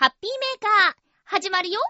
ハッピーメーカー始まるよ。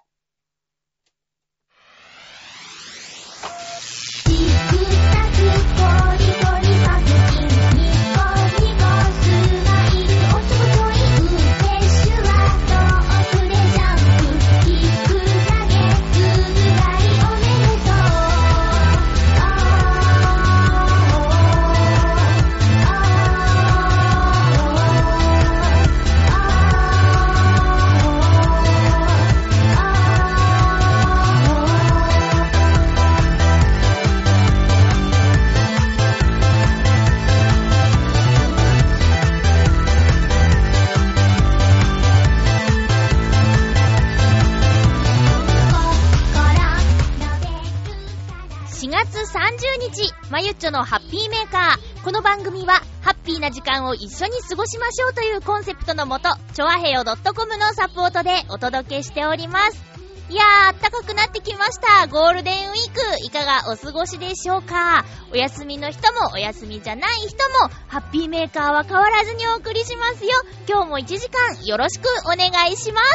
まゆっちょのハッピーメーカー。この番組はハッピーな時間を一緒に過ごしましょうというコンセプトのもと、ちょあへよ .com のサポートでお届けしております。いやー、暖かくなってきました。ゴールデンウィークいかがお過ごしでしょうか。お休みの人もお休みじゃない人もハッピーメーカーは変わらずにお送りしますよ。今日も1時間よろしくお願いします。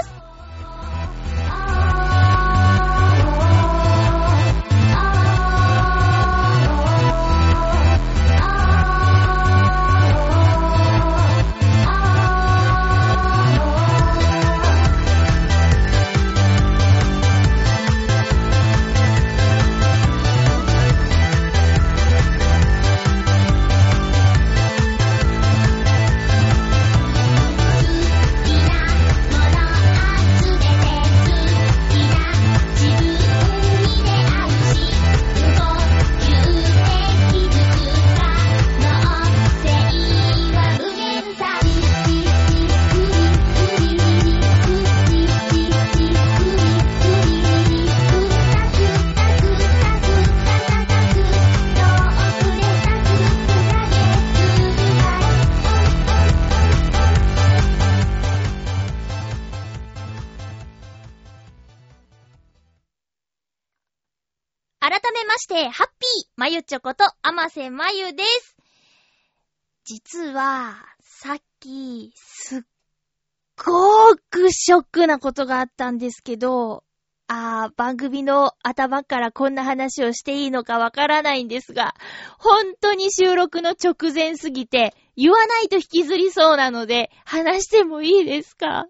ハッピーまゆちょこと甘瀬まゆです。実はさっきすっごーくショックなことがあったんですけど、番組の頭からこんな話をしていいのかわからないんですが、本当に収録の直前すぎて言わないと引きずりそうなので話してもいいですか？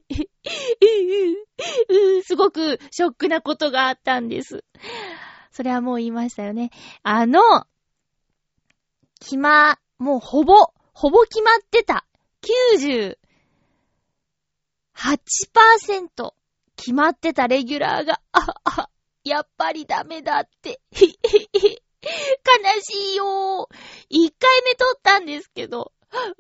すごくショックなことがあったんです。それはもう言いましたよね。もうほぼ決まってた。98% 決まってたレギュラーが、やっぱりダメだって。悲しいよー。1回目撮ったんですけど、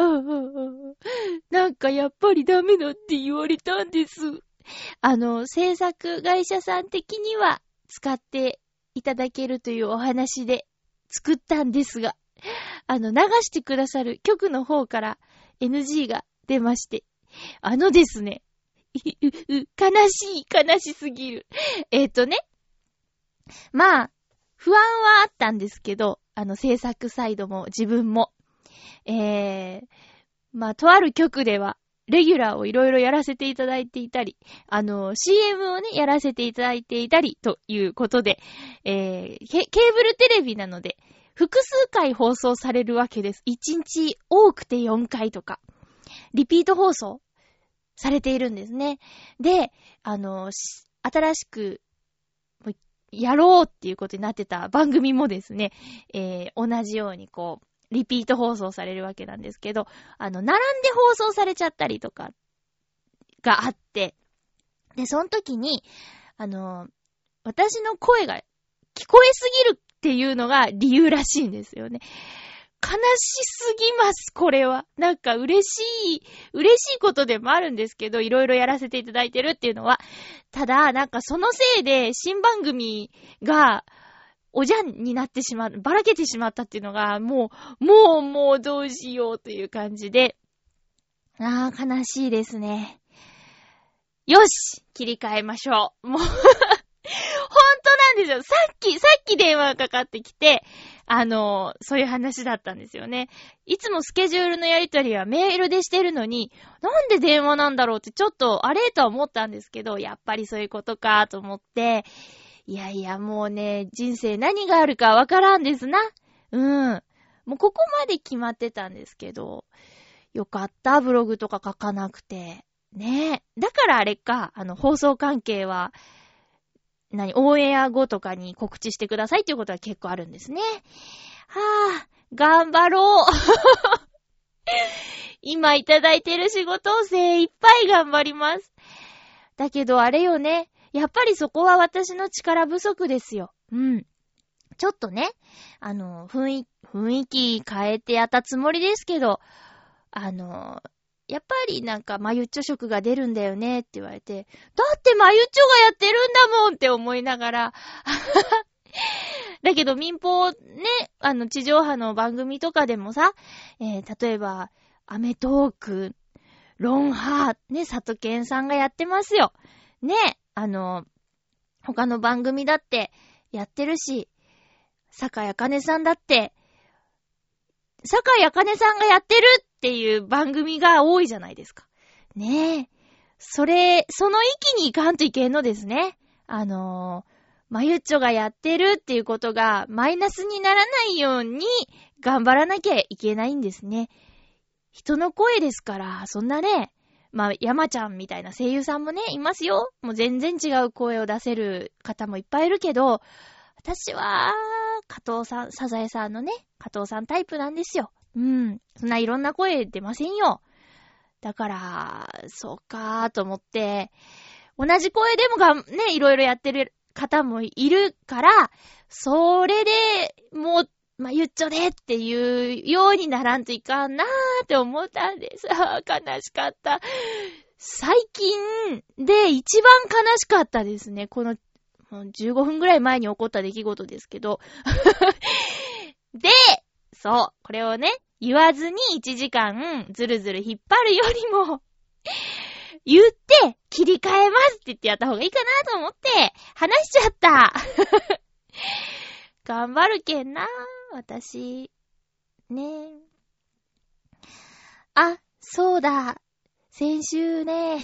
なんかやっぱりダメだって言われたんです。制作会社さん的には使っていただけるというお話で作ったんですが、流してくださる局の方から NG が出まして、ですね、悲しすぎる。まあ、不安はあったんですけど、制作サイドも自分も。まあ、とある局では、レギュラーをいろいろやらせていただいていたり、CM をね、やらせていただいていたりということで、ケーブルテレビなので、複数回放送されるわけです。1日多くて4回とか、リピート放送されているんですね。で、新しくやろうっていうことになってた番組もですね、同じようにこう、リピート放送されるわけなんですけど、並んで放送されちゃったりとかがあって、で、その時に、私の声が聞こえすぎるっていうのが理由らしいんですよね。悲しすぎます、これは。なんか嬉しいことでもあるんですけど、いろいろやらせていただいてるっていうのは。ただ、なんかそのせいで新番組が、おじゃんになってしまう、ばらけてしまったっていうのが、もうどうしようという感じで。悲しいですね。よし切り替えましょう。もう、本当なんですよ。さっき電話がかかってきて、そういう話だったんですよね。いつもスケジュールのやり取りはメールでしてるのに、なんで電話なんだろうってちょっとあれとは思ったんですけど、やっぱりそういうことかと思って、いやいやもうね、人生何があるかわからんですな。もうここまで決まってたんですけど、よかった、ブログとか書かなくて。ねえ。だからあれか、放送関係は、オンエア後とかに告知してくださいっていうことは結構あるんですね。はぁ、頑張ろう。今いただいてる仕事を精一杯頑張ります。だけどあれよね。やっぱりそこは私の力不足ですよ。ちょっとね、雰囲気変えてやったつもりですけど、やっぱりなんかマユッチョ色が出るんだよねって言われて、だってマユッチョがやってるんだもんって思いながら、だけど民放ね、地上波の番組とかでもさ、例えば、アメトーク、ロンハー、ね、佐藤健さんがやってますよ。ね、他の番組だってやってるし、坂井茜さんだって、坂井茜さんがやってるっていう番組が多いじゃないですか。ねえ。その域に行かんといけんのですね。マユッチョがやってるっていうことがマイナスにならないように頑張らなきゃいけないんですね。人の声ですから、そんなね、山ちゃんみたいな声優さんもね、いますよ。もう全然違う声を出せる方もいっぱいいるけど、私は、加藤さん、サザエさんのね、加藤さんタイプなんですよ。そんないろんな声出ませんよ。だから、そうかーと思って、同じ声でもね、いろいろやってる方もいるから、それでもう、ゆっちょでっていうようにならんといかんなーって思ったんです。悲しかった。最近で一番悲しかったですね。この15分ぐらい前に起こった出来事ですけど。で、そう、これをね、言わずに1時間ずるずる引っ張るよりも、言って切り替えますって言ってやった方がいいかなと思って話しちゃった。頑張るけんな、私。ねえ。あ、そうだ。先週ね。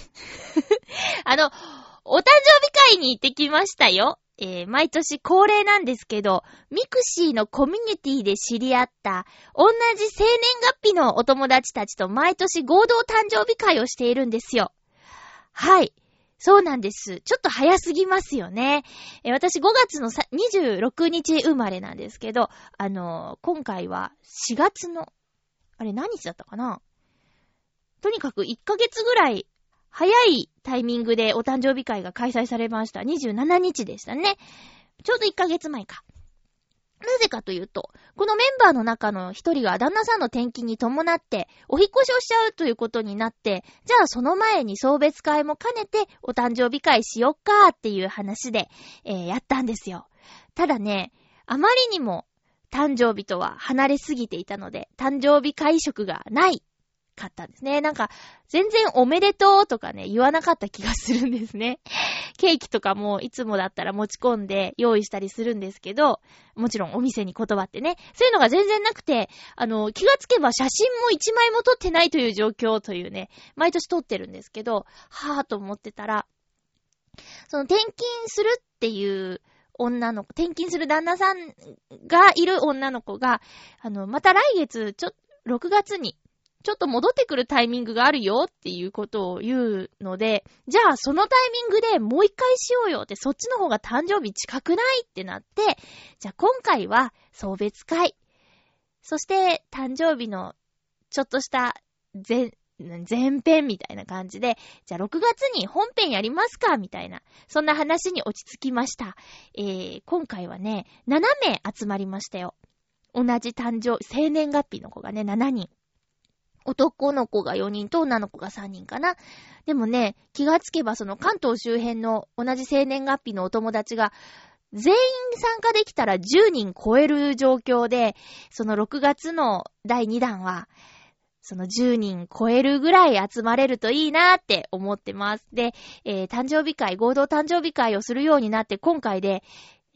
お誕生日会に行ってきましたよ。毎年恒例なんですけど、ミクシーのコミュニティで知り合った同じ生年月日のお友達たちと毎年合同誕生日会をしているんですよ。はい。そうなんです。ちょっと早すぎますよね。私5月の26日生まれなんですけど、今回は4月の、あれ何日だったかな？とにかく1ヶ月ぐらい早いタイミングでお誕生日会が開催されました。27日でしたね。ちょうど1ヶ月前か。なぜかというと、このメンバーの中の一人が旦那さんの転勤に伴ってお引っ越しをしちゃうということになって、じゃあその前に送別会も兼ねてお誕生日会しよっかっていう話で、やったんですよ。ただね、あまりにも誕生日とは離れすぎていたので、誕生日会食がないかったんですね。なんか全然おめでとうとかね言わなかった気がするんですね。ケーキとかもいつもだったら持ち込んで用意したりするんですけど、もちろんお店に断ってね、そういうのが全然なくて、気がつけば写真も1枚も撮ってないという状況というね、毎年撮ってるんですけど、はぁと思ってたら、その転勤するっていう女の子、転勤する旦那さんがいる女の子が、また来月6月にちょっと戻ってくるタイミングがあるよっていうことを言うので、じゃあそのタイミングでもう一回しようよって、そっちの方が誕生日近くないってなって、じゃあ今回は送別会。そして誕生日のちょっとした前編みたいな感じで、じゃあ6月に本編やりますかみたいな、そんな話に落ち着きました。今回はね、7名集まりましたよ。同じ生年月日の子がね、7人。男の子が4人と女の子が3人かな。でもね、気がつけばその関東周辺の同じ生年月日のお友達が全員参加できたら10人超える状況で、その6月の第2弾はその10人超えるぐらい集まれるといいなーって思ってます。で、合同誕生日会をするようになって今回で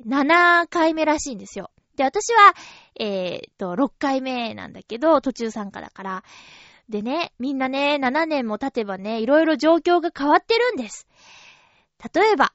7回目らしいんですよ。で、私は、6回目なんだけど、途中参加だから。でね、みんなね、7年も経てばね、いろいろ状況が変わってるんです。例えば、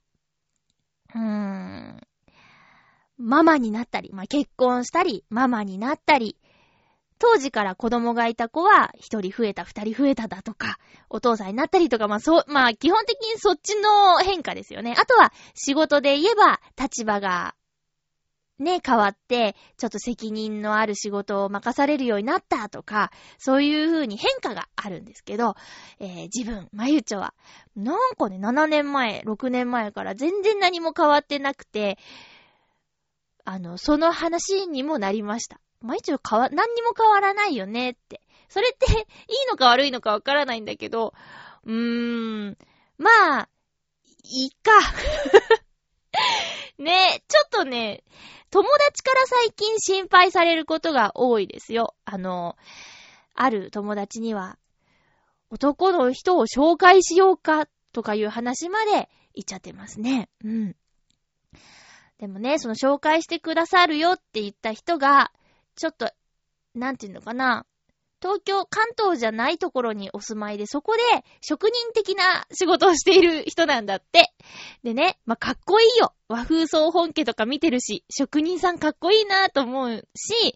ママになったり、結婚したり、ママになったり、当時から子供がいた子は1人増えた、2人増えただとか、お父さんになったりとか、基本的にそっちの変化ですよね。あとは仕事で言えば立場がね、変わって、ちょっと責任のある仕事を任されるようになったとか、そういう風に変化があるんですけど、自分、まゆちょは、なんかね、7年前、6年前から全然何も変わってなくて、その話にもなりました。まゆちょ何にも変わらないよねって。それっていいのか悪いのかわからないんだけど、まあ、いいか。ね、ちょっとね、友達から最近心配されることが多いですよ。ある友達には、男の人を紹介しようかとかいう話まで言っちゃってますね。でもね、その紹介してくださるよって言った人が、ちょっと、なんていうのかな、関東じゃないところにお住まいで、そこで職人的な仕事をしている人なんだって。でね、かっこいいよ。和風総本家とか見てるし、職人さんかっこいいなと思うし、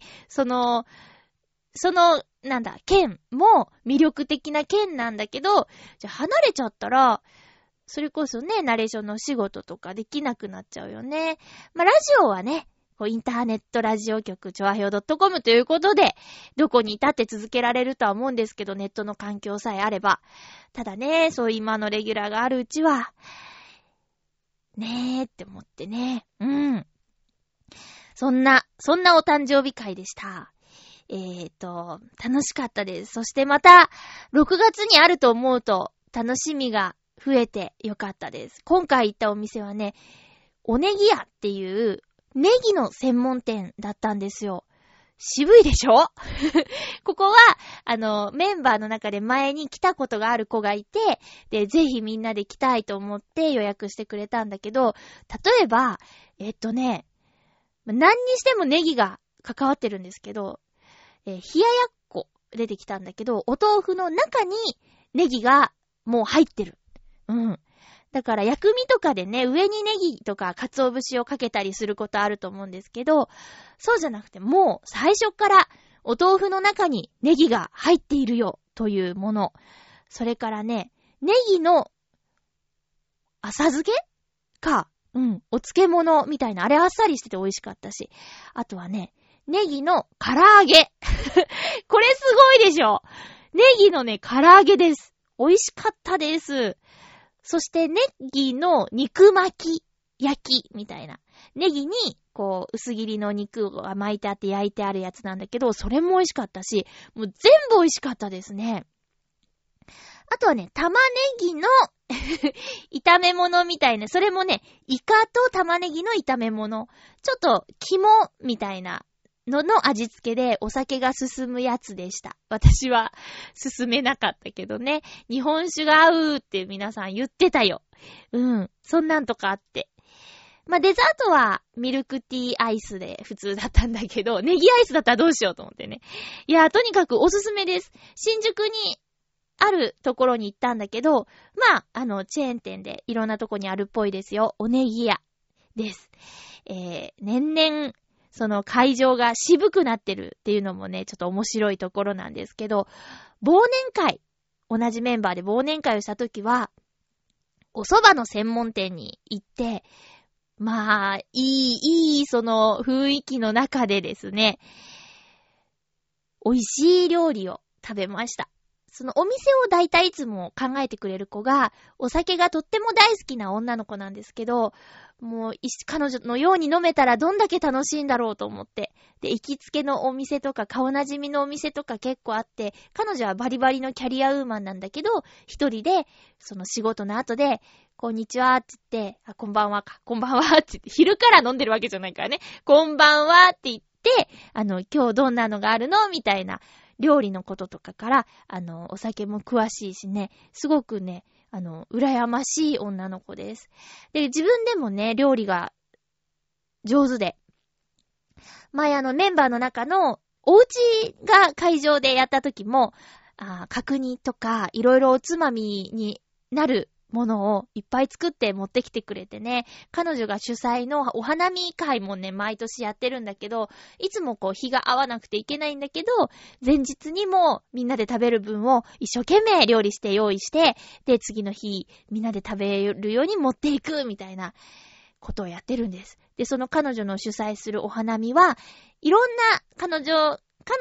県も魅力的な県なんだけど、じゃあ離れちゃったら、それこそね、ナレーションの仕事とかできなくなっちゃうよね。ラジオはね、インターネットラジオ局、ちょあひょう .com ということで、どこにいたって続けられるとは思うんですけど、ネットの環境さえあれば。ただね、そう今のレギュラーがあるうちは、ねーって思ってね。そんなお誕生日会でした。楽しかったです。そしてまた、6月にあると思うと、楽しみが増えてよかったです。今回行ったお店はね、おネギ屋っていうネギの専門店だったんですよ。渋いでしょここは、メンバーの中で前に来たことがある子がいて、で、ぜひみんなで来たいと思って予約してくれたんだけど、例えば、何にしてもネギが関わってるんですけど、冷ややっこ出てきたんだけど、お豆腐の中にネギがもう入ってる。だから薬味とかでね、上にネギとか鰹節をかけたりすることあると思うんですけど、そうじゃなくてもう最初からお豆腐の中にネギが入っているよというもの。それからね、ネギの浅漬けか、お漬物みたいな、あれあっさりしてて美味しかったし。あとはね、ネギの唐揚げ。これすごいでしょ。ネギのね、唐揚げです。美味しかったです。そしてネギの肉巻き焼きみたいな。ネギに薄切りの肉が巻いてあって焼いてあるやつなんだけど、それも美味しかったし、もう全部美味しかったですね。あとはね、玉ねぎの炒め物みたいな、それもね、イカと玉ねぎの炒め物。ちょっと肝みたいなの味付けでお酒が進むやつでした。私は進めなかったけどね。日本酒が合うって皆さん言ってたよ。そんなんとかあって。デザートはミルクティーアイスで普通だったんだけど、ネギアイスだったらどうしようと思ってね。いや、とにかくおすすめです。新宿にあるところに行ったんだけど、チェーン店でいろんなとこにあるっぽいですよ。おネギ屋です。年々、その会場が渋くなってるっていうのもね、ちょっと面白いところなんですけど、忘年会、同じメンバーで忘年会をしたときは、お蕎麦の専門店に行って、いいその雰囲気の中でですね、美味しい料理を食べました。そのお店をだいたいいつも考えてくれる子が、お酒がとっても大好きな女の子なんですけど、もう彼女のように飲めたらどんだけ楽しいんだろうと思って。で、行きつけのお店とか顔なじみのお店とか結構あって、彼女はバリバリのキャリアウーマンなんだけど、一人で、その仕事の後で、こんにちはって言って、こんばんはって言って、昼から飲んでるわけじゃないからね。こんばんはって言って、今日どんなのがあるのみたいな。料理のこととかから、お酒も詳しいしね、すごくね、羨ましい女の子です。で、自分でもね、料理が上手で。前メンバーの中のお家が会場でやった時も、角煮とかいろいろおつまみになるものをいっぱい作って持ってきてくれてね、彼女が主催のお花見会もね、毎年やってるんだけど、いつも日が合わなくていけないんだけど、前日にもみんなで食べる分を一生懸命料理して用意して、で、次の日みんなで食べるように持っていくみたいなことをやってるんです。で、その彼女の主催するお花見は、いろんな彼女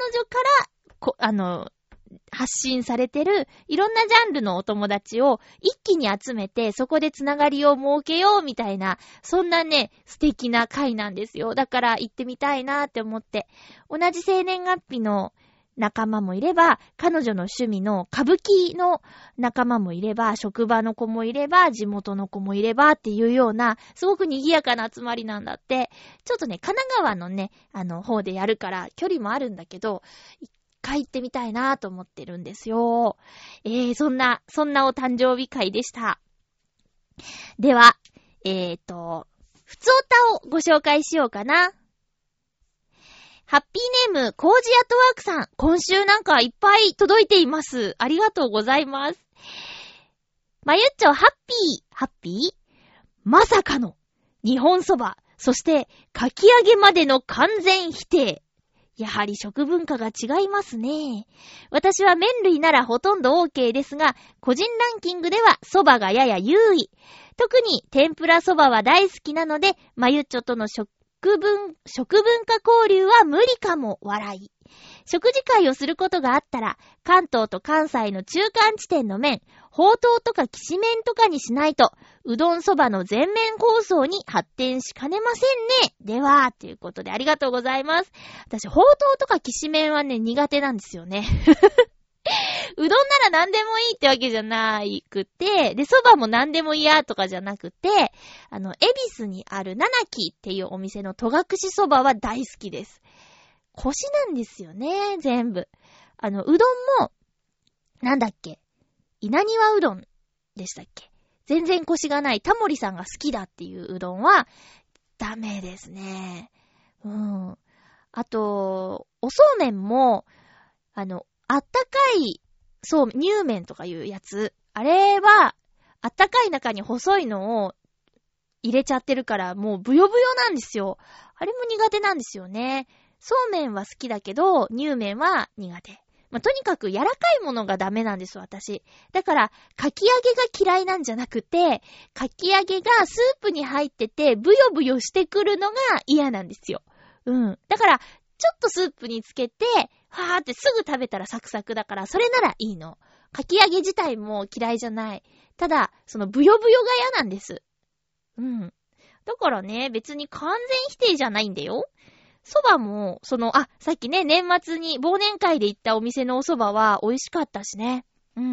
から発信されてるいろんなジャンルのお友達を一気に集めて、そこでつながりを設けようみたいな、そんなね、素敵な会なんですよ。だから行ってみたいなって思って、同じ生年月日の仲間もいれば、彼女の趣味の歌舞伎の仲間もいれば、職場の子もいれば、地元の子もいればっていうような、すごく賑やかな集まりなんだって。ちょっとね、神奈川のね、方でやるから距離もあるんだけど、一回行ってみたいなと思ってるんですよ。そんなお誕生日会でした。では、ふつおたをご紹介しようかな。ハッピーネーム、コージアットワークさん。今週なんかいっぱい届いています。ありがとうございます。まゆっちょ、ハッピーまさかの日本そば、そしてかき揚げまでの完全否定。やはり食文化が違いますね。私は麺類ならほとんど OK ですが、個人ランキングではそばがやや優位。特に天ぷらそばは大好きなので、まゆっちょとの食文化交流は無理かも笑い。食事会をすることがあったら、関東と関西の中間地点の麺、ほうとうとかきしめんとかにしないと、うどんそばの全面構想に発展しかねませんね。では、ということでありがとうございます。私、ほうとうとかきしめんはね、苦手なんですよね。うどんなら何でもいいってわけじゃなくて、で、そばも何でも嫌とかじゃなくて、恵比寿にある七木っていうお店の戸隠そばは大好きです。コシなんですよね、全部。うどんも、なんだっけ、稲庭うどんでしたっけ。全然コシがない、タモリさんが好きだっていううどんは、ダメですね。あと、おそうめんも、あったかい、そう、乳麺とかいうやつ。あれは、あったかい中に細いのを入れちゃってるから、もうブヨブヨなんですよ。あれも苦手なんですよね。そうめんは好きだけど、乳麺は苦手。とにかく柔らかいものがダメなんです、私。だから、かき揚げが嫌いなんじゃなくて、かき揚げがスープに入ってて、ブヨブヨしてくるのが嫌なんですよ。だから、ちょっとスープにつけて、はーってすぐ食べたらサクサクだから、それならいいの。かき揚げ自体も嫌いじゃない。ただ、そのブヨブヨが嫌なんです。だからね、別に完全否定じゃないんだよ。蕎麦も、さっきね、年末に忘年会で行ったお店のお蕎麦は美味しかったしね。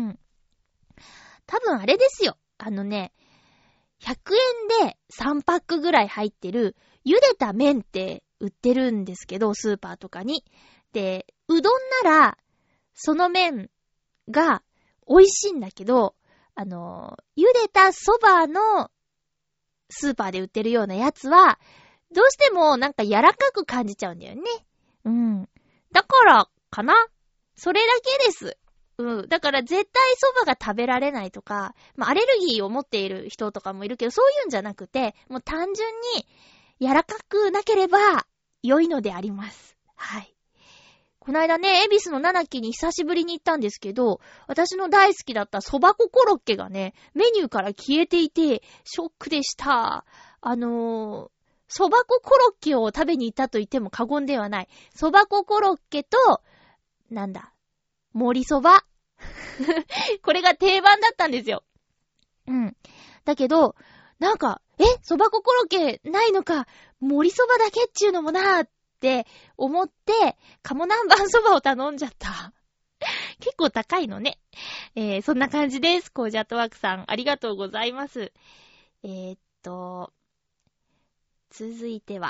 多分あれですよ。100円で3パックぐらい入ってる、茹でた麺って売ってるんですけど、スーパーとかに。で、うどんなら、その麺が美味しいんだけど、茹でた蕎麦のスーパーで売ってるようなやつは、どうしてもなんか柔らかく感じちゃうんだよね。だからかな。それだけです。だから絶対蕎麦が食べられないとか、アレルギーを持っている人とかもいるけど、そういうんじゃなくて、もう単純に柔らかくなければ良いのであります。はい。この間ね、恵比寿の七木に久しぶりに行ったんですけど、私の大好きだった蕎麦粉コロッケがね、メニューから消えていて、ショックでした。蕎麦粉コロッケを食べに行ったと言っても過言ではない。蕎麦粉コロッケと、盛り蕎麦これが定番だったんですよ。だけど、蕎麦粉コロッケないのか、盛り蕎麦だけっちゅうのもなーって思って、鴨南蛮蕎麦を頼んじゃった。結構高いのね。そんな感じです。コージャットワークさん、ありがとうございます。続いては。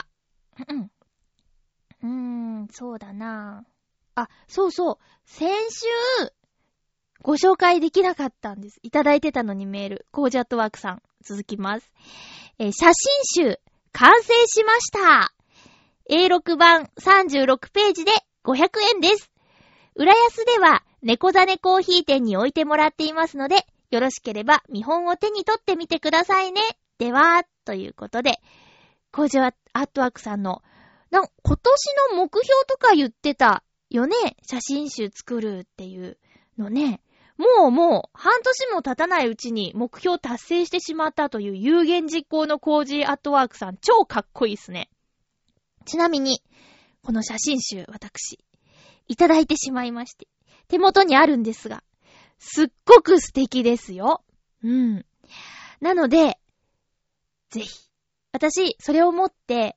そうだなあ。そう。先週、ご紹介できなかったんです。いただいてたのにメール。コージャットワークさん、続きます。写真集、 完成しました。A6 版36ページで500円です。浦安では猫ザネコーヒー店に置いてもらっていますので、よろしければ見本を手に取ってみてくださいね。では、ということで、工場アートワークさんの、今年の目標とか言ってたよね。写真集作るっていうのね。もう半年も経たないうちに目標達成してしまったという有言実行の工事アートワークさん、超かっこいいっすね。ちなみに、この写真集、私、いただいてしまいまして、手元にあるんですが、すっごく素敵ですよ。なので、ぜひ、私、それを持って、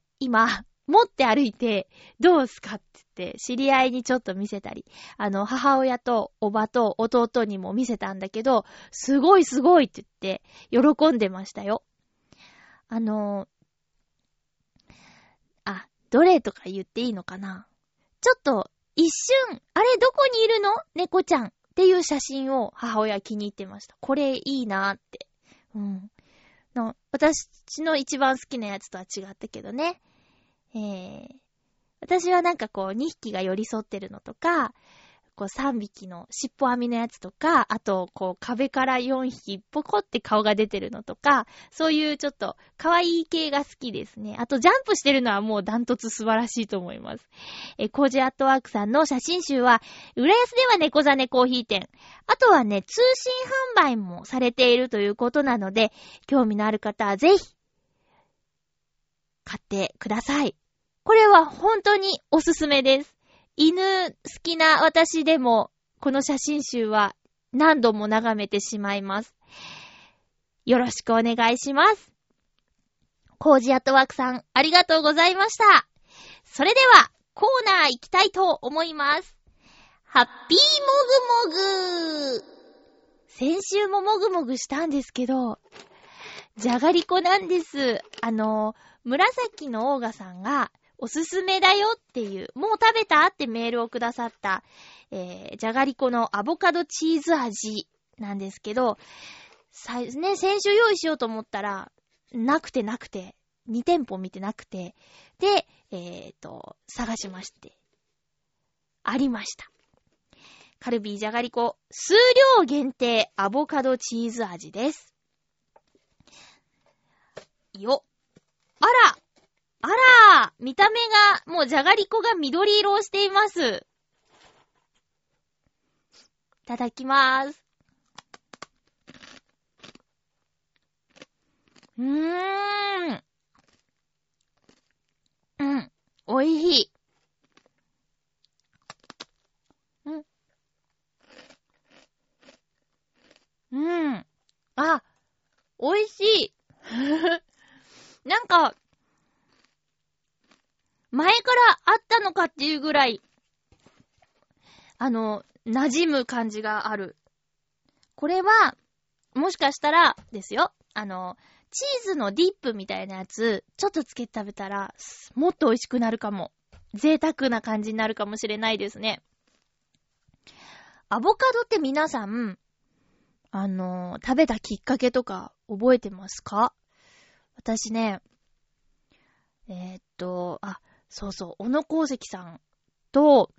今、持って歩いて、どうすかって言って、知り合いにちょっと見せたり、母親とおばと弟にも見せたんだけど、すごいすごいって言って、喜んでましたよ。どれとか言っていいのかな？ちょっと、一瞬、あれどこにいるの？猫ちゃんっていう写真を母親気に入ってました。これいいなーって。私の一番好きなやつとは違ったけどね。私はなんかこう2匹が寄り添ってるのとか、こう3匹の尻尾編みのやつとか、あとこう壁から4匹ポコって顔が出てるのとか、そういうちょっと可愛い系が好きですね。あとジャンプしてるのはもうダントツ素晴らしいと思います。コージアートワークさんの写真集は、浦安では猫ザネコーヒー店、あとはね、通信販売もされているということなので、興味のある方はぜひ、買ってください。これは本当におすすめです。犬好きな私でも、この写真集は何度も眺めてしまいます。よろしくお願いします。コージアットワークさん、ありがとうございました。それでは、コーナー行きたいと思います。ハッピーもぐもぐ。先週ももぐもぐしたんですけど、じゃがりこなんです。紫のオーガさんがおすすめだよっていう、もう食べたってメールをくださった、じゃがりこのアボカドチーズ味なんですけど、先週用意しようと思ったら、なくて、2店舗見てなくて、で、探しまして、ありました。カルビーじゃがりこ、数量限定アボカドチーズ味です。よ。あら、見た目が、もうじゃがりこが緑色をしています。いただきまーす。おいしい。おいしい。なんか、前からあったのかっていうぐらい、馴染む感じがある。これは、もしかしたらですよ、チーズのディップみたいなやつ、ちょっとつけて食べたら、もっと美味しくなるかも。贅沢な感じになるかもしれないですね。アボカドって皆さん、食べたきっかけとか覚えてますか？私ね、そうそう、小野功石さんと、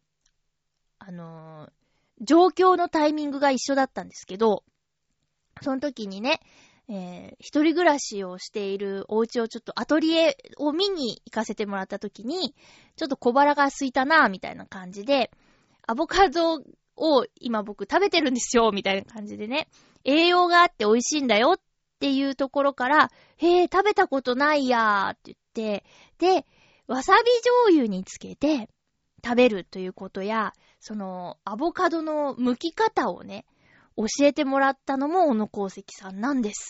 上京のタイミングが一緒だったんですけど、その時にね、一人暮らしをしているお家をちょっとアトリエを見に行かせてもらった時に、ちょっと小腹が空いたなぁみたいな感じで、アボカドを今僕食べてるんですよみたいな感じでね、栄養があって美味しいんだよっていうところから、食べたことないやーって言って、で、わさび醤油につけて食べるということや、そのアボカドの剥き方をね、教えてもらったのも小野功石さんなんです。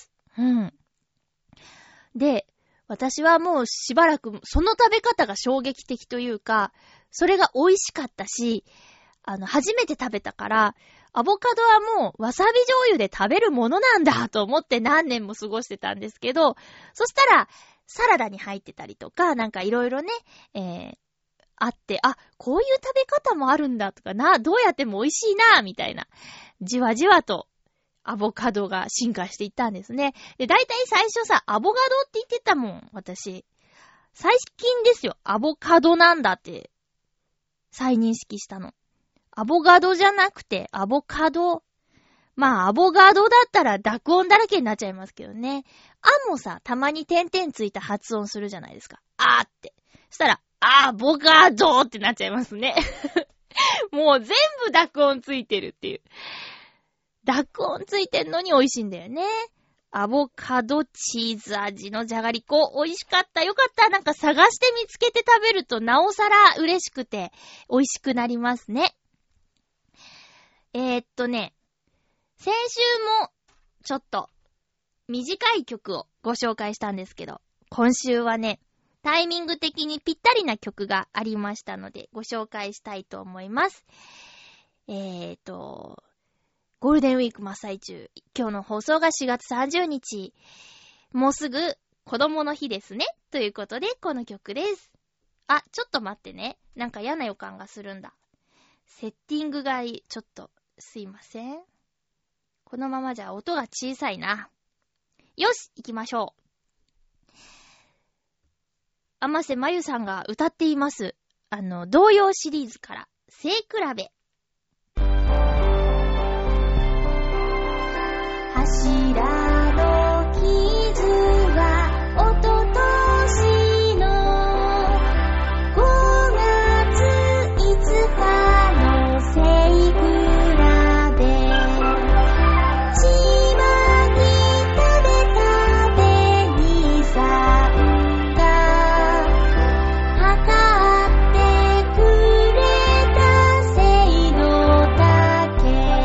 で、私はもうしばらくその食べ方が衝撃的というか、それが美味しかったし、初めて食べたから、アボカドはもうわさび醤油で食べるものなんだと思って何年も過ごしてたんですけど、そしたらサラダに入ってたりとか、なんかいろいろね、あって、こういう食べ方もあるんだとかどうやっても美味しいなみたいな、じわじわとアボカドが進化していったんですね。で、だいたい最初さ、アボカドって言ってたもん、私。 最近ですよ。アボカドなんだって再認識したの。アボガドじゃなくてアボカド。まあアボガドだったら濁音だらけになっちゃいますけどね。あもさ、たまに点々ついた発音するじゃないですか。あーって。そしたら、アボガドってなっちゃいますね。もう全部濁音ついてるっていう。濁音ついてんのに美味しいんだよね。アボカドチーズ味のじゃがりこ、美味しかった。よかった。なんか探して見つけて食べるとなおさら嬉しくて美味しくなりますね。先週もちょっと短い曲をご紹介したんですけど、今週はね、タイミング的にぴったりな曲がありましたのでご紹介したいと思います。ゴールデンウィーク真っ最中。今日の放送が4月30日。もうすぐ子供の日ですね。ということで、この曲です。あ、ちょっと待ってね。なんか嫌な予感がするんだ。セッティングがちょっと、すいません。このままじゃ音が小さいな。よし、行きましょう。天瀬まゆさんが歌っています。童謡シリーズから、背比べ。柱の傷はおととしの5月5日の背比べちまき食べた紅さんが測ってくれた背の丈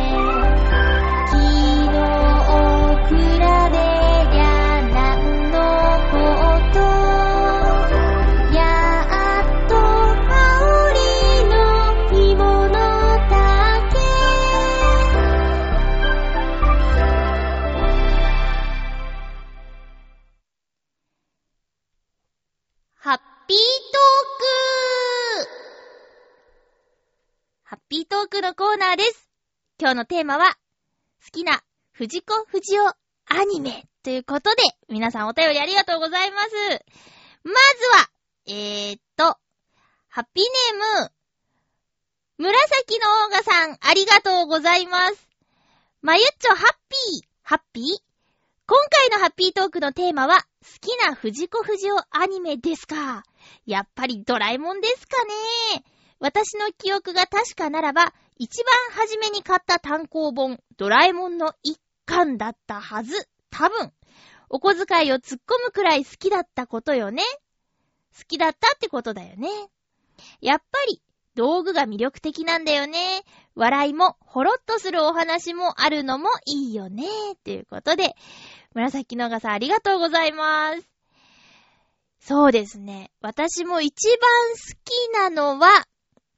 比べりゃなんのことやっと羽織の着物だけハッピートークハッピートークのコーナーです。今日のテーマは好きな藤子不二雄アニメということで、皆さんお便りありがとうございます。まずは、ハッピーネーム、紫のオーガさん、ありがとうございます。まゆっちょハッピー今回のハッピートークのテーマは、好きな藤子不二雄アニメですか。やっぱりドラえもんですかね。私の記憶が確かならば、一番初めに買った単行本、ドラえもんの一巻だったはず。多分。お小遣いを突っ込むくらい好きだったことよね。好きだったってことだよね。やっぱり、道具が魅力的なんだよね。笑いも、ほろっとするお話もあるのもいいよね。ということで、紫のがさんありがとうございます。そうですね。私も一番好きなのは、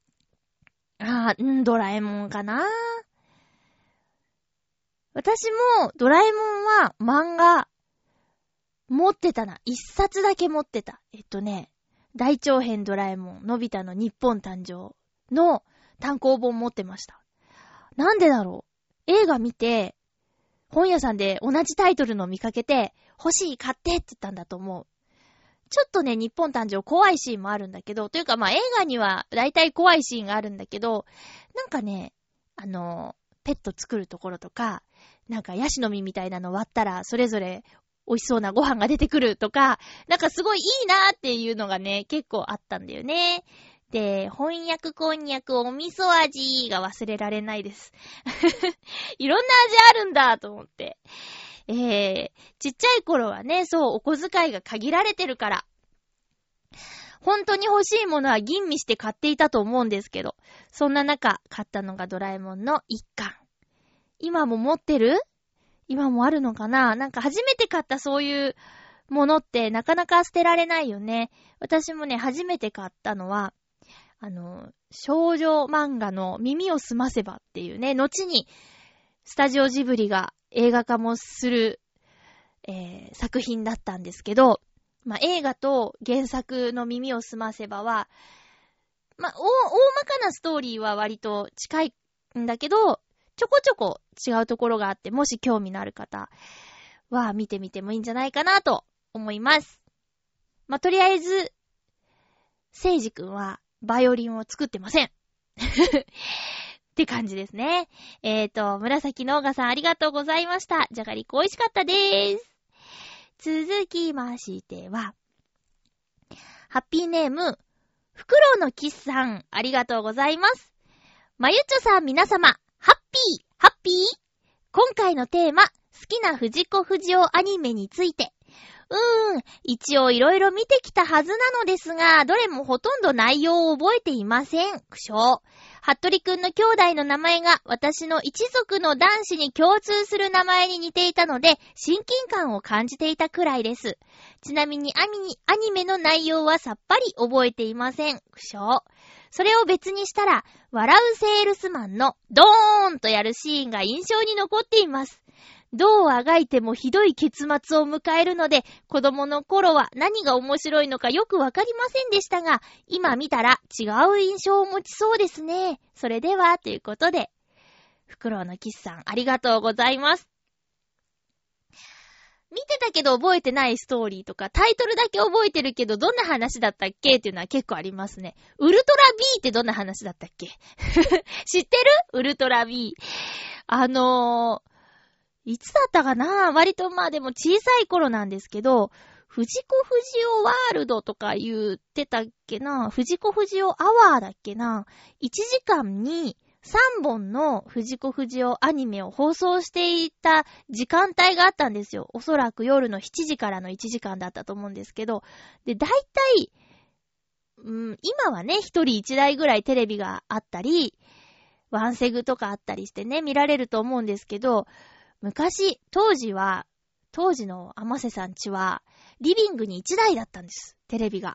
ドラえもんかな。私もドラえもんは漫画持ってたな。一冊だけ持ってた。大長編ドラえもん、のび太の日本誕生の単行本持ってました。なんでだろう。映画見て、本屋さんで同じタイトルの見かけて、欲しい買ってって言ったんだと思う。ちょっとね、日本誕生怖いシーンもあるんだけど、というか映画には大体怖いシーンがあるんだけど、なんかね、ペット作るところとか、なんかヤシの実みたいなの割ったら、それぞれ美味しそうなご飯が出てくるとか、なんかすごいいいなーっていうのがね、結構あったんだよね。で、翻訳こんにゃくお味噌味が忘れられないです。いろんな味あるんだと思って。ちっちゃい頃はね、そう、お小遣いが限られてるから、本当に欲しいものは吟味して買っていたと思うんですけど、そんな中、買ったのがドラえもんの一巻。今も持ってる？今もあるのかな？なんか初めて買ったそういうものってなかなか捨てられないよね。私もね、初めて買ったのは、少女漫画の耳をすませばっていうね、後にスタジオジブリが映画化もする、作品だったんですけど、映画と原作の耳をすませばは、大まかなストーリーは割と近いんだけど、ちょこちょこ違うところがあって、もし興味のある方は見てみてもいいんじゃないかなと思います。とりあえず、 セイジ君はバイオリンを作ってません。って感じですね。紫のオガさんありがとうございました。じゃがりこ美味しかったでーす。続きましては、ハッピーネーム、フクロウのキスさん、ありがとうございます。まゆちょさん皆様、ハッピー今回のテーマ、好きな藤子不二雄アニメについて。一応いろいろ見てきたはずなのですが、どれもほとんど内容を覚えていません。苦笑。服部くんの兄弟の名前が私の一族の男子に共通する名前に似ていたので、親近感を感じていたくらいです。ちなみにアニメの内容はさっぱり覚えていません。苦笑。それを別にしたら、笑うセールスマンのドーンとやるシーンが印象に残っています。どうあがいてもひどい結末を迎えるので、子供の頃は何が面白いのかよくわかりませんでしたが、今見たら違う印象を持ちそうですね。それでは、ということで、フクロウのキスさんありがとうございます。見てたけど覚えてないストーリーとか、タイトルだけ覚えてるけどどんな話だったっけっていうのは結構ありますね。ウルトラ B ってどんな話だったっけ知ってる？ウルトラ B。いつだったかな？割とでも小さい頃なんですけど、藤子不二雄ワールドとか言ってたっけな？藤子不二雄アワーだっけな？1時間に3本の藤子不二雄アニメを放送していた時間帯があったんですよ。おそらく夜の7時からの1時間だったと思うんですけど。で、だいたい、今はね、一人一台ぐらいテレビがあったり、ワンセグとかあったりしてね、見られると思うんですけど、昔、当時の天瀬さん家は、リビングに1台だったんです。テレビが。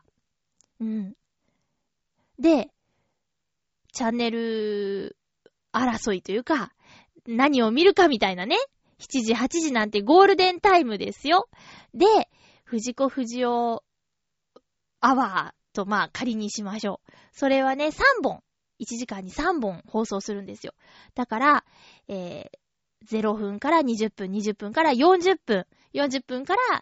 で、チャンネル争いというか、何を見るかみたいなね。7時、8時なんてゴールデンタイムですよ。で、藤子不二雄アワーと仮にしましょう。それはね、3本。1時間に3本放送するんですよ。だから、0分から20分、20分から40分、40分から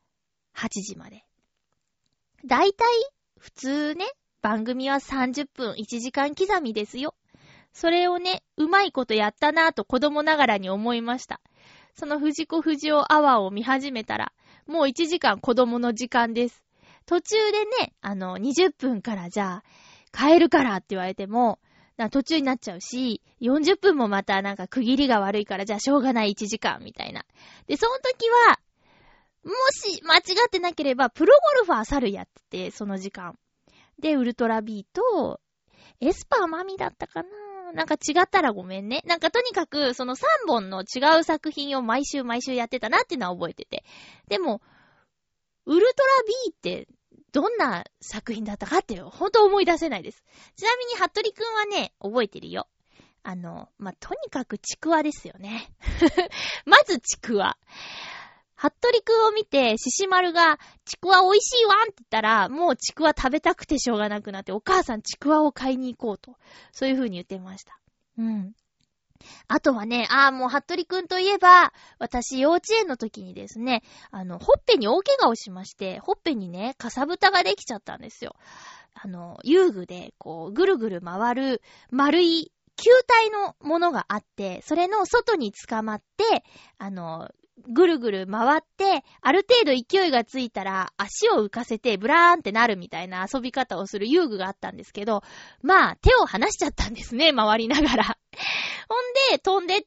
8時まで。だいたい普通ね、番組は30分、1時間刻みですよ。それをね、うまいことやったなぁと子供ながらに思いました。その藤子不二雄アワーを見始めたら、もう1時間子供の時間です。途中でね、20分からじゃあ、帰るからって言われても、途中になっちゃうし、40分もまた区切りが悪いから、じゃあしょうがない1時間みたいな。で、その時は、もし間違ってなければ、プロゴルファー猿やってて、その時間。で、ウルトラ B と、エスパーマミだったかな？違ったらごめんね。とにかく、その3本の違う作品を毎週やってたなっていうのは覚えてて。でも、ウルトラ B って、どんな作品だったかって本当思い出せないです。ちなみに、服部くんはね、覚えてるよ。とにかくちくわですよね。まずちくわ。服部くんを見て、獅子丸が、ちくわ美味しいわんって言ったら、もうちくわ食べたくてしょうがなくなって、お母さんちくわを買いに行こうと。そういう風に言ってました。あとはね、もう、服部くんといえば、私、幼稚園の時にですね、ほっぺに大怪我をしまして、ほっぺにね、かさぶたができちゃったんですよ。遊具で、ぐるぐる回る、丸い、球体のものがあって、それの外に捕まって、ぐるぐる回って、ある程度勢いがついたら、足を浮かせて、ブラーンってなるみたいな遊び方をする遊具があったんですけど、手を離しちゃったんですね、回りながら。ほんで、飛んでって、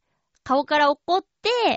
顔から落っこって、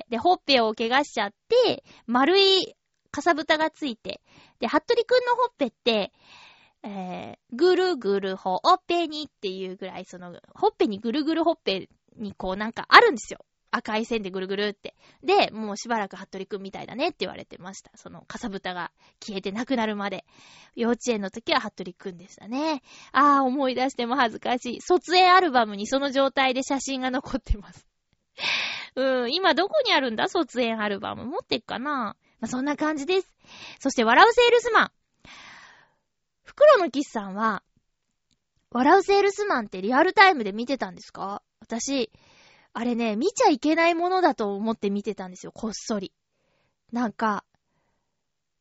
で、ほっぺを怪我しちゃって、丸いかさぶたがついて、で、服部くんのほっぺって、ぐるぐるほっぺにっていうぐらい、ほっぺにぐるぐるほっぺにあるんですよ。赤い線でぐるぐるって。で、もうしばらく服部くんみたいだねって言われてました。そのかさぶたが消えてなくなるまで。幼稚園の時は服部くんでしたね。思い出しても恥ずかしい。卒園アルバムにその状態で写真が残ってます。今どこにあるんだ？卒園アルバム。持ってっかな？そんな感じです。そして笑うセールスマン。フクロウのキスさんは、笑うセールスマンってリアルタイムで見てたんですか？私、あれね、見ちゃいけないものだと思って見てたんですよ、こっそり。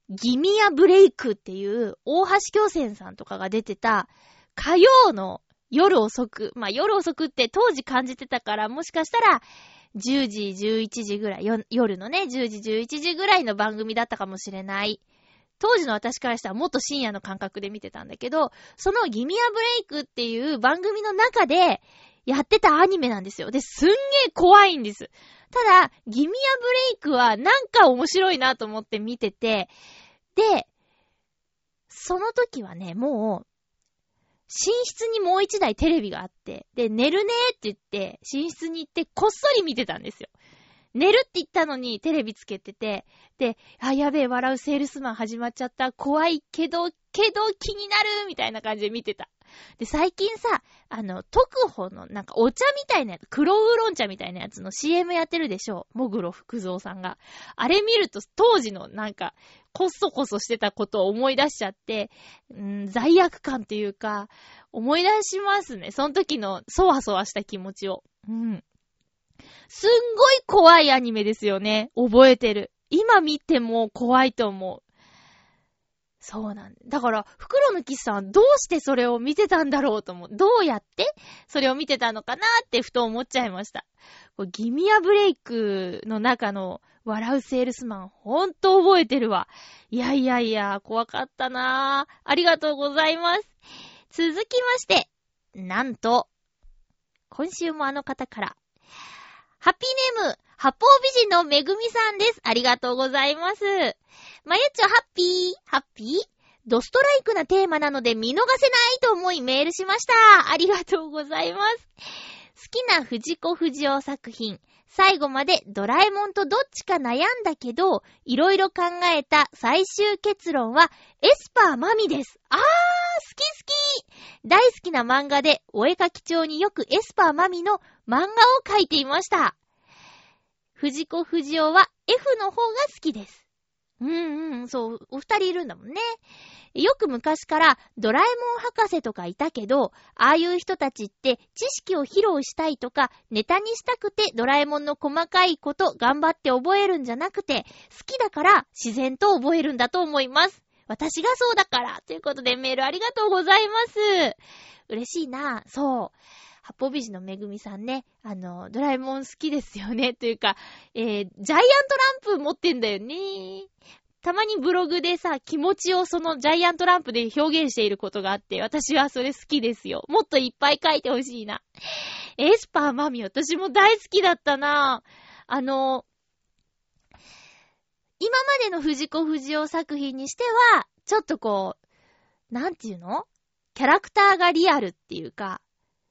ギミアブレイクっていう大橋巨泉さんとかが出てた火曜の夜遅く、まあ夜遅くって当時感じてたから、もしかしたら10時、11時ぐらい、夜のね、10時、11時ぐらいの番組だったかもしれない。当時の私からしたらもっと深夜の感覚で見てたんだけど、そのギミアブレイクっていう番組の中でやってたアニメなんですよ。で、すんげー怖いんです。ただ、ギミアブレイクはなんか面白いなと思って見てて、で、その時はね、もう、寝室にもう一台テレビがあって、で、寝るねーって言って、寝室に行ってこっそり見てたんですよ。寝るって言ったのにテレビつけてて、で、やべえ、笑うセールスマン始まっちゃった。怖いけど気になるみたいな感じで見てた。で、最近さ、特保のなんかお茶みたいなやつ、黒ウーロン茶みたいなやつの CM やってるでしょ。もぐろ福蔵さんが。あれ見ると当時のなんか、こそこそしてたことを思い出しちゃって、罪悪感っていうか、思い出しますね。その時のそわそわした気持ちを。すんごい怖いアニメですよね。覚えてる。今見ても怖いと思う。そうなんだ。だから、袋のキスさんはどうしてそれを見てたんだろうと思う。どうやってそれを見てたのかなってふと思っちゃいました。ギミアブレイクの中の笑うセールスマン、ほんと覚えてるわ。いや、怖かったなぁ。ありがとうございます。続きまして、なんと、今週もあの方から、ハッピーネーム、八方美人のめぐみさんです。ありがとうございます。まゆっちょハッピードストライクなテーマなので見逃せないと思いメールしました。ありがとうございます。好きな藤子不二雄作品。最後までドラえもんとどっちか悩んだけど、いろいろ考えた最終結論はエスパーマミです。好き大好きな漫画でお絵かき帳によくエスパーマミの漫画を描いていました。藤子不二雄は F の方が好きです。そう、お二人いるんだもんね。よく昔からドラえもん博士とかいたけど、ああいう人たちって知識を披露したいとか、ネタにしたくてドラえもんの細かいこと頑張って覚えるんじゃなくて、好きだから自然と覚えるんだと思います。私がそうだから。ということでメールありがとうございます。嬉しいな。そう。八方美人のめぐみさんね、ドラえもん好きですよね。というか、ジャイアントランプ持ってんだよね。たまにブログでさ、気持ちをそのジャイアントランプで表現していることがあって、私はそれ好きですよ。もっといっぱい書いてほしいな。エスパーマミ、私も大好きだったな。今までの藤子不二雄作品にしては、ちょっとこう、なんていうの？キャラクターがリアルっていうか、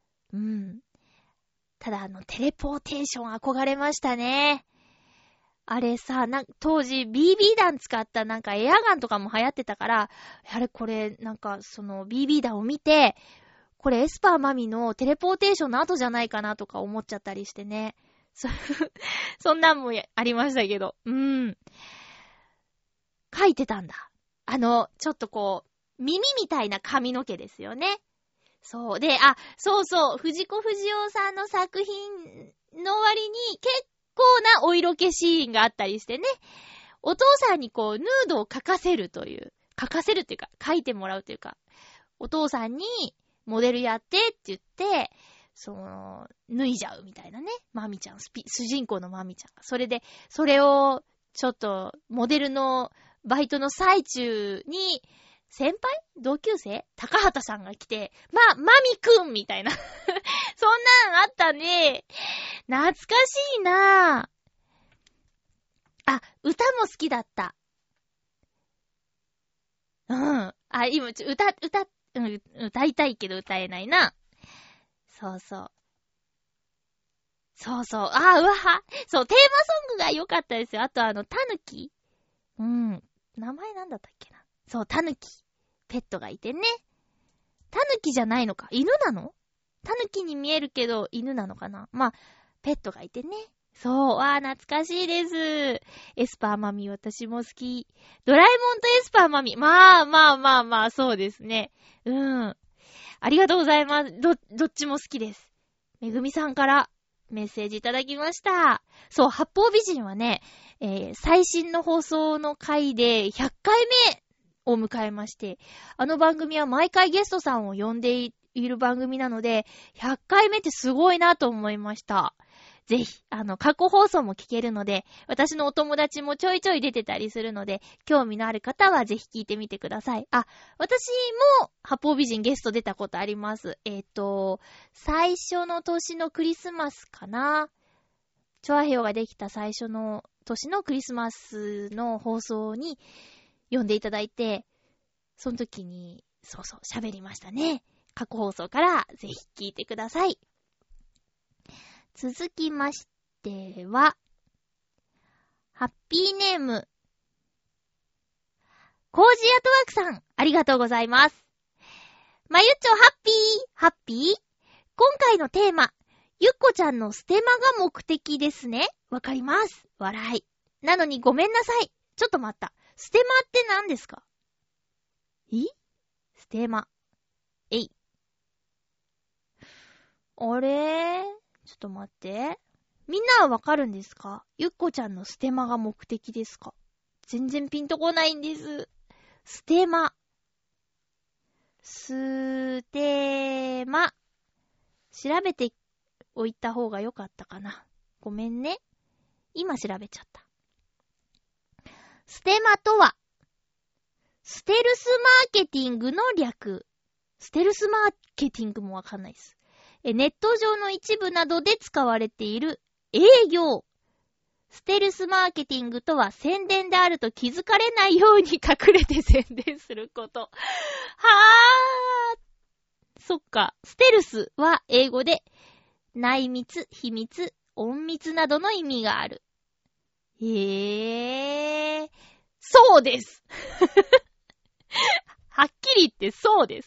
ただテレポーテーション憧れましたね。あれさ、当時 BB 弾使ったなんかエアガンとかも流行ってたから、これなんかその BB 弾を見て、これエスパーマミのテレポーテーションの後じゃないかなとか思っちゃったりしてね。そんなんもありましたけど。書いてたんだ。ちょっとこう、耳みたいな髪の毛ですよね。そうで、そう、藤子不二雄さんの作品の割に結構なお色気シーンがあったりしてね、お父さんにこうヌードを書かせるっていうか、書いてもらうというか、お父さんにモデルやってって言って、脱いじゃうみたいなね、マミちゃん、主人公のマミちゃんが。それをちょっとモデルのバイトの最中に、先輩？同級生？高畑さんが来て、マミくんみたいな。そんなんあったね。懐かしいなぁ。歌も好きだった。今、歌いたいけど歌えないな。そう。うわは。そう、テーマソングが良かったですよ。あとタヌキ？名前なんだったっけな。そう、タヌキ。ペットがいてね。タヌキじゃないのか。犬なの？タヌキに見えるけど、犬なのかな。ペットがいてね。そう、懐かしいです。エスパーマミ、私も好き。ドラえもんとエスパーマミ。まあ、そうですね。ありがとうございます。どっちも好きです。めぐみさんからメッセージいただきました。そう、八方美人はね、 最新の放送の回で100回目を迎えまして、あの番組は毎回ゲストさんを呼んでいる番組なので、100回目ってすごいなと思いました。ぜひ、過去放送も聞けるので、私のお友達もちょいちょい出てたりするので、興味のある方はぜひ聞いてみてください。あ、私も、八方美人ゲスト出たことあります。最初の年のクリスマスかな。チョアヘヨができた最初の年のクリスマスの放送に呼んでいただいて、その時に、喋りましたね。過去放送からぜひ聞いてください。続きましては、ハッピーネーム、コージーアトワークさん、ありがとうございます。まゆっちょハッピー今回のテーマ、ゆっこちゃんのステマが目的ですね。わかります。笑い。なのにごめんなさい。ちょっと待った。ステマって何ですか？ステマ。あれ？ちょっと待って。みんなはわかるんですか？ゆっこちゃんのステマが目的ですか？全然ピンとこないんです。ステマ。調べておいた方がよかったかな。ごめんね。今調べちゃった。ステマとは、ステルスマーケティングの略。ステルスマーケティングもわかんないです。ネット上の一部などで使われている営業。ステルスマーケティングとは宣伝であると気づかれないように隠れて宣伝すること。はー。そっか。ステルスは英語で内密、秘密、隠密などの意味がある。そうです。はっきり言ってそうです。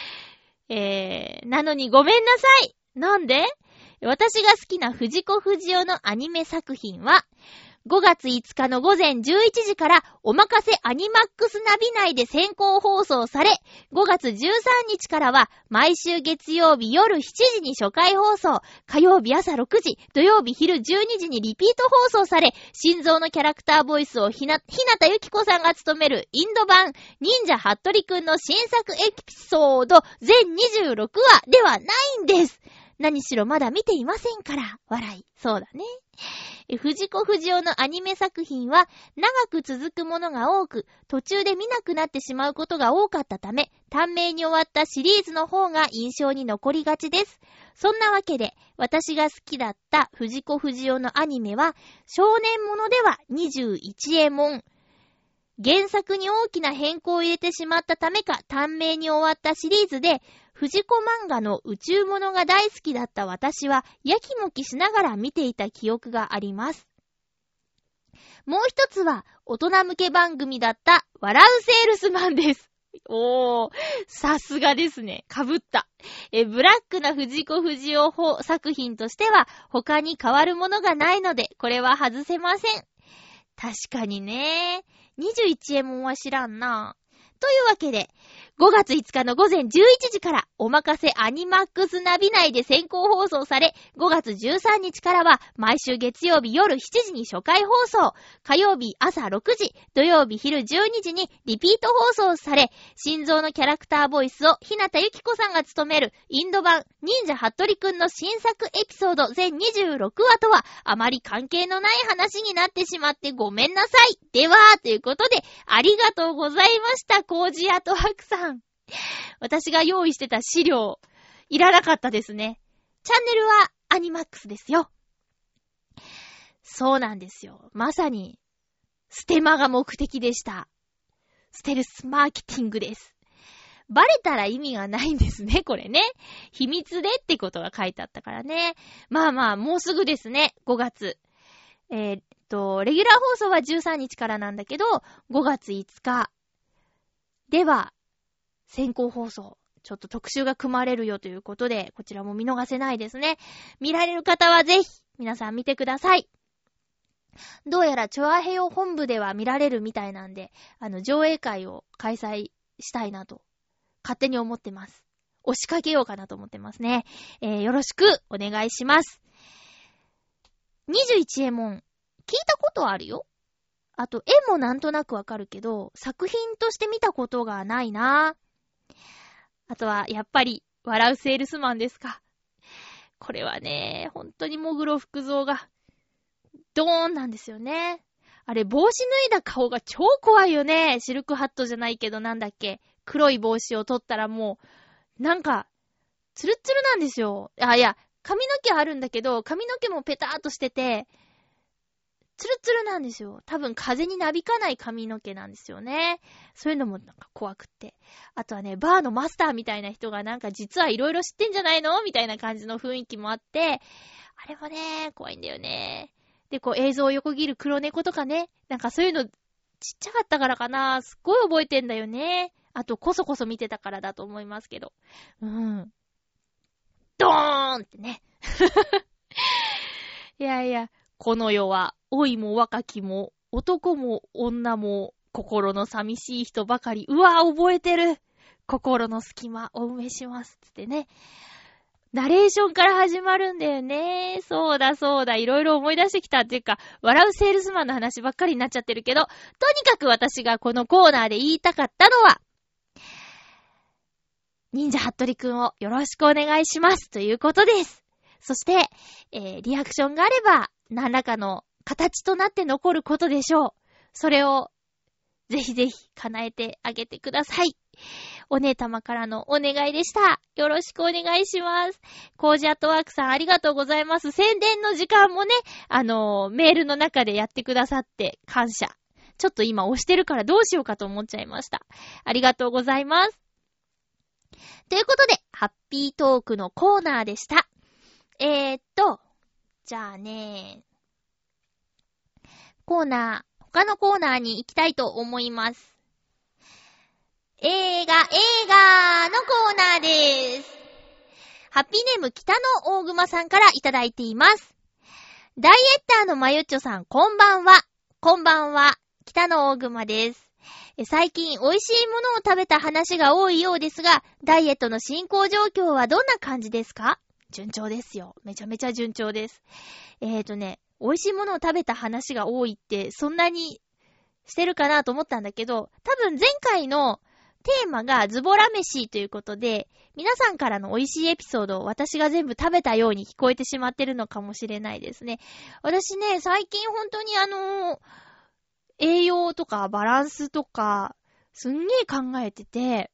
なのにごめんなさい。なんで？私が好きな藤子不二雄のアニメ作品は、5月5日の午前11時からおまかせアニマックスナビ内で先行放送され、5月13日からは毎週月曜日夜7時に初回放送、火曜日朝6時、土曜日昼12時にリピート放送され、心臓のキャラクターボイスを日向ゆき子さんが務めるインド版忍者ハットリくんの新作エピソード全26話ではないんです。何しろまだ見ていませんから、笑い。そうだね。藤子不二雄のアニメ作品は長く続くものが多く、途中で見なくなってしまうことが多かったため、短命に終わったシリーズの方が印象に残りがちです。そんなわけで、私が好きだった藤子不二雄のアニメは、少年ものでは21エモン。原作に大きな変更を入れてしまったためか、短命に終わったシリーズで、藤子漫画の宇宙ものが大好きだった私は、やきもきしながら見ていた記憶があります。もう一つは、大人向け番組だった、笑うセールスマンです。さすがですね。かぶった。ブラックな藤子不二雄作品としては、他に変わるものがないので、これは外せません。確かにね。21エモンは知らんな。というわけで、5月5日の午前11時からおまかせアニマックスナビ内で先行放送され、5月13日からは毎週月曜日夜7時に初回放送、火曜日朝6時、土曜日昼12時にリピート放送され、心臓のキャラクターボイスを日向ゆき子さんが務めるインド版忍者ハットリくんの新作エピソード全26話とはあまり関係のない話になってしまってごめんなさい。では、ということで、ありがとうございました、コージアトワークさん。私が用意してた資料、いらなかったですね。チャンネルはアニマックスですよ。そうなんですよ。まさに、ステマが目的でした。ステルスマーケティングです。バレたら意味がないんですね、これね。秘密でってことが書いてあったからね。まあまあ、もうすぐですね、5月。レギュラー放送は13日からなんだけど、5月5日では、先行放送、ちょっと特集が組まれるよということで、こちらも見逃せないですね。見られる方はぜひ、皆さん見てください。どうやらチョアヘヨ本部では見られるみたいなんで、上映会を開催したいなと、勝手に思ってます。押しかけようかなと思ってますね。よろしくお願いします。21エモン、 聞いたことはあるよ。あと、絵もなんとなくわかるけど、作品として見たことがないな。あとは、やっぱり、笑うセールスマンですか。これはね、本当にもぐろ福蔵が、ドーンなんですよね。あれ、帽子脱いだ顔が超怖いよね。シルクハットじゃないけど、なんだっけ。黒い帽子を取ったらもう、なんか、ツルッツルなんですよ。いや、髪の毛あるんだけど、髪の毛もペターっとしてて、ツルツルなんですよ。多分風になびかない髪の毛なんですよね。そういうのもなんか怖くって。あとはね、バーのマスターみたいな人がなんか実はいろいろ知ってんじゃないのみたいな感じの雰囲気もあって、あれもね、怖いんだよね。で、こう映像を横切る黒猫とかね、なんかそういうのちっちゃかったからかな、すっごい覚えてんだよね。あと、こそこそ見てたからだと思いますけど。ドーンってね。いやいや、この世は、老いも若きも、男も女も、心の寂しい人ばかり。うわぁ、覚えてる。心の隙間、お埋めします。つってね。ナレーションから始まるんだよね。そうだそうだ。いろいろ思い出してきたっていうか、笑うセールスマンの話ばっかりになっちゃってるけど、とにかく私がこのコーナーで言いたかったのは、忍者ハットリくんをよろしくお願いしますということです。そして、リアクションがあれば、何らかの形となって残ることでしょう。それを、ぜひぜひ叶えてあげてください。お姉様からのお願いでした。よろしくお願いします。コージアットワークさんありがとうございます。宣伝の時間もね、メールの中でやってくださって感謝。ちょっと今押してるからどうしようかと思っちゃいました。ありがとうございます。ということで、ハッピートークのコーナーでした。じゃあね、他のコーナーに行きたいと思います。映画のコーナーです。ハッピーネーム北の大熊さんからいただいています。ダイエッターのまゆっちょさん、こんばんは。こんばんは。北の大熊です。最近美味しいものを食べた話が多いようですが、ダイエットの進行状況はどんな感じですか？順調ですよ。めちゃめちゃ順調です。美味しいものを食べた話が多いってそんなにしてるかなと思ったんだけど、多分前回のテーマがズボラ飯ということで、皆さんからの美味しいエピソードを私が全部食べたように聞こえてしまってるのかもしれないですね。私ね、最近本当に栄養とかバランスとかすんげー考えてて、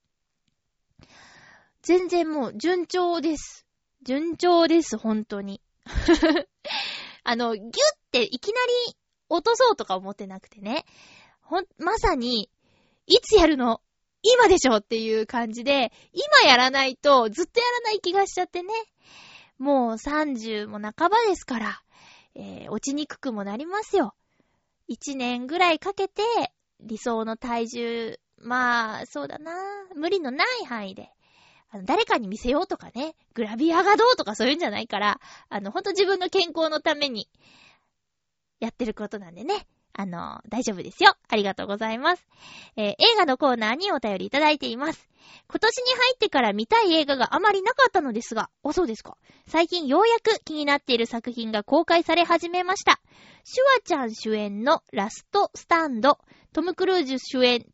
全然もう順調です。順調です、本当に。ギュっていきなり落とそうとか思ってなくてね。まさに、いつやるの？今でしょっていう感じで、今やらないとずっとやらない気がしちゃってね。もう30も半ばですから、落ちにくくもなりますよ。1年ぐらいかけて、理想の体重、まあ、そうだな。無理のない範囲で。誰かに見せようとかね、グラビアがどうとかそういうんじゃないから、ほんと自分の健康のためにやってることなんでね。大丈夫ですよ。ありがとうございます。映画のコーナーにお便りいただいています。今年に入ってから見たい映画があまりなかったのですが、そうですか。最近ようやく気になっている作品が公開され始めました。シュワちゃん主演のラストスタンド、トム・クルーズ主演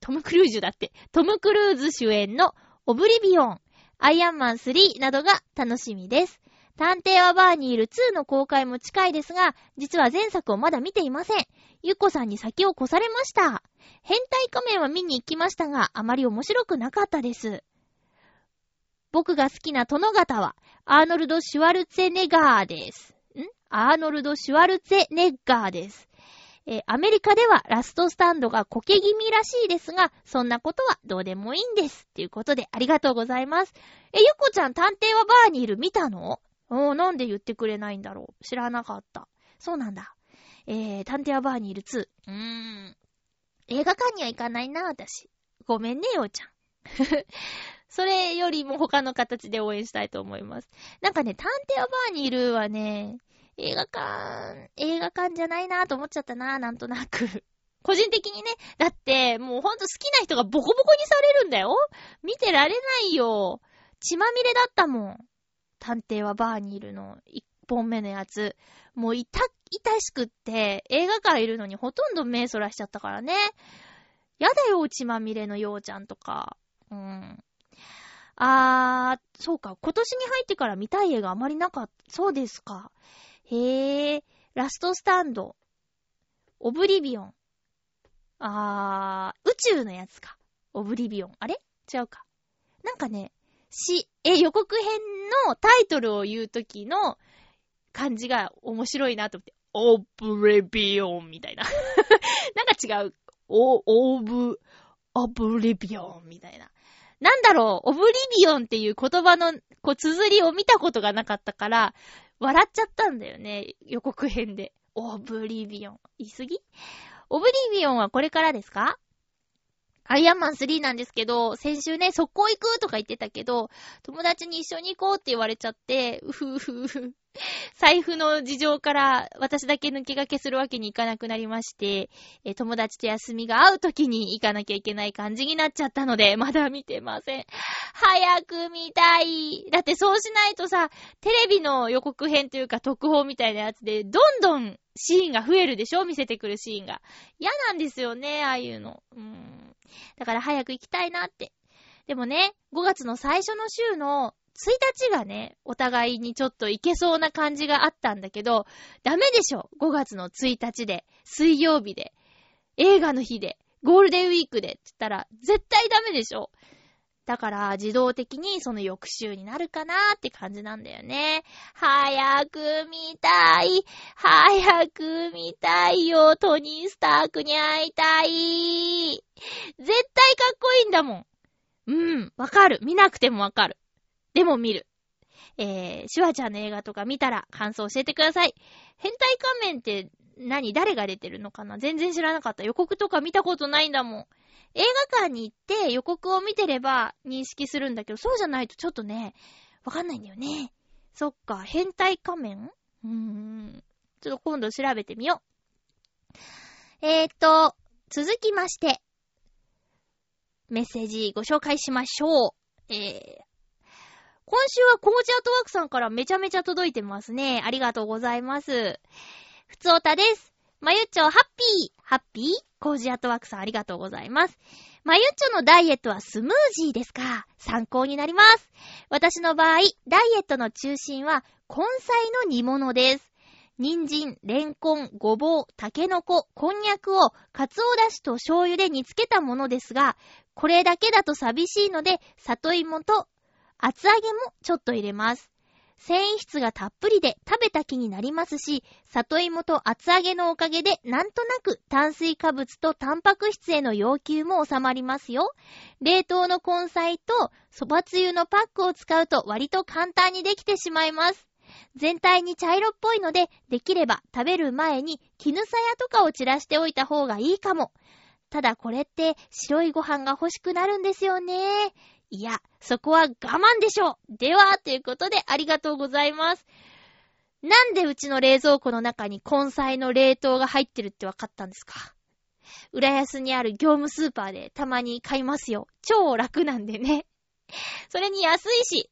のオブリビオン、アイアンマン3などが楽しみです。探偵はバーにいる2の公開も近いですが、実は前作をまだ見ていません。ゆっこさんに先を越されました。変態仮面は見に行きましたが、あまり面白くなかったです。僕が好きな殿方は、アーノルド・シュワルツェネッガーです。アメリカではラストスタンドがコケ気味らしいですが、そんなことはどうでもいいんです。ということで、ありがとうございます。ゆっこちゃん、探偵はバーにいる見たの？なんで言ってくれないんだろう。知らなかった。そうなんだ。探偵はバーにいる2。映画館には行かないな、私。ごめんね、ようちゃん。それよりも他の形で応援したいと思います。なんかね、探偵はバーにいるはね、映画館じゃないなと思っちゃったな、なんとなく。個人的にね。だって、もうほんと好きな人がボコボコにされるんだよ。見てられないよ。血まみれだったもん。探偵はバーにいるの1本目のやつ。 もう痛しくって、映画館いるのにほとんど目そらしちゃったからね。やだよ、血まみれのようちゃんとか。そうか。今年に入ってから見たい映画あまりなかった。そうですか。へえ。ラストスタンド。オブリビオン。宇宙のやつか。オブリビオン。あれ違うか。なんかね、予告編のタイトルを言うときの感じが面白いなと思って。オブリビオンみたいな。なんか違う。オブリビオンみたいな。なんだろう、オブリビオンっていう言葉の綴りを見たことがなかったから、笑っちゃったんだよね、予告編で。オブリビオン。言い過ぎ？オブリビオンはこれからですか？アイアンマン3なんですけど、先週ね、速攻行くとか言ってたけど、友達に一緒に行こうって言われちゃって、財布の事情から私だけ抜け駆けするわけにいかなくなりまして、友達と休みが合う時に行かなきゃいけない感じになっちゃったので、まだ見てません。早く見たい。だってそうしないとさ、テレビの予告編というか特報みたいなやつで、どんどんシーンが増えるでしょ？見せてくるシーンが。嫌なんですよね、ああいうの。だから早く行きたいなって。でもね、5月の最初の週の1日がね、お互いにちょっと行けそうな感じがあったんだけど、ダメでしょ。5月の1日で、水曜日で、映画の日で、ゴールデンウィークでって言ったら、絶対ダメでしょ。だから自動的にその翌週になるかなーって感じなんだよね。早く見たい。早く見たいよ。トニー・スタークに会いたい。絶対かっこいいんだもん。わかる。見なくてもわかる。でも見る。シュワちゃんの映画とか見たら感想教えてください。変態仮面って誰が出てるのかな？全然知らなかった。予告とか見たことないんだもん。映画館に行って予告を見てれば認識するんだけど、そうじゃないとちょっとね、わかんないんだよね。そっか、変態仮面？ちょっと今度調べてみよう。続きまして、メッセージご紹介しましょう。今週はコージアートワークさんからめちゃめちゃ届いてますね。ありがとうございます。ふつおたです。まゆっちょハッピーコージアートワークさんありがとうございます。まゆっちょのダイエットはスムージーですか？参考になります。私の場合、ダイエットの中心は根菜の煮物です。人参、レンコン、ごぼう、タケノコ、こんにゃくをカツオだしと醤油で煮つけたものですが、これだけだと寂しいので、里芋と厚揚げもちょっと入れます。繊維質がたっぷりで食べた気になりますし、里芋と厚揚げのおかげでなんとなく炭水化物とタンパク質への要求も収まりますよ。冷凍の根菜とそばつゆのパックを使うと割と簡単にできてしまいます。全体に茶色っぽいので、できれば食べる前に絹さやとかを散らしておいた方がいいかも。ただこれって白いご飯が欲しくなるんですよね。いや、そこは我慢でしょう。では、ということでありがとうございます。なんでうちの冷蔵庫の中に根菜の冷凍が入ってるってわかったんですか？浦安にある業務スーパーでたまに買いますよ。超楽なんでね。それに安いし。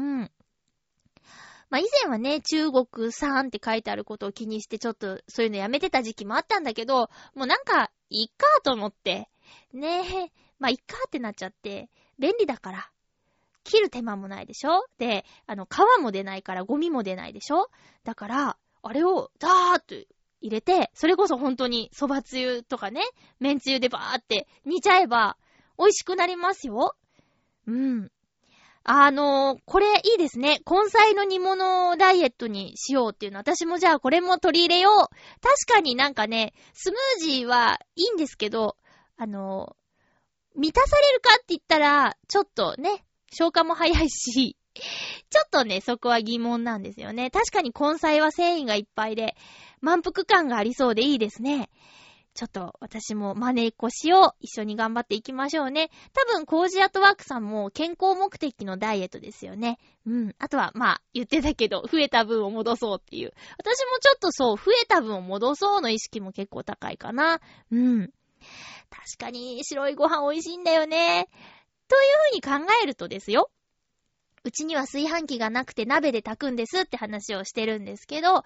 以前はね、中国産って書いてあることを気にしてちょっとそういうのやめてた時期もあったんだけど、もうなんか、いっかと思って。ねえ。いっかってなっちゃって、便利だから。切る手間もないでしょ？で、皮も出ないからゴミも出ないでしょ？だから、あれをダーッと入れて、それこそ本当に蕎麦つゆとかね、麺つゆでバーって煮ちゃえば美味しくなりますよ。これいいですね。根菜の煮物ダイエットにしようっていうの。私もじゃあこれも取り入れよう。確かになんかね、スムージーはいいんですけど、満たされるかって言ったら、ちょっとね、消化も早いし、ちょっとね、そこは疑問なんですよね。確かに根菜は繊維がいっぱいで、満腹感がありそうでいいですね。ちょっと私も真似っこしよう。一緒に頑張っていきましょうね。多分、コージアートワークさんも健康目的のダイエットですよね。あとは、言ってたけど、増えた分を戻そうっていう。私もちょっとそう、増えた分を戻そうの意識も結構高いかな。確かに、白いご飯美味しいんだよね。という風に考えるとですよ。うちには炊飯器がなくて鍋で炊くんですって話をしてるんですけど、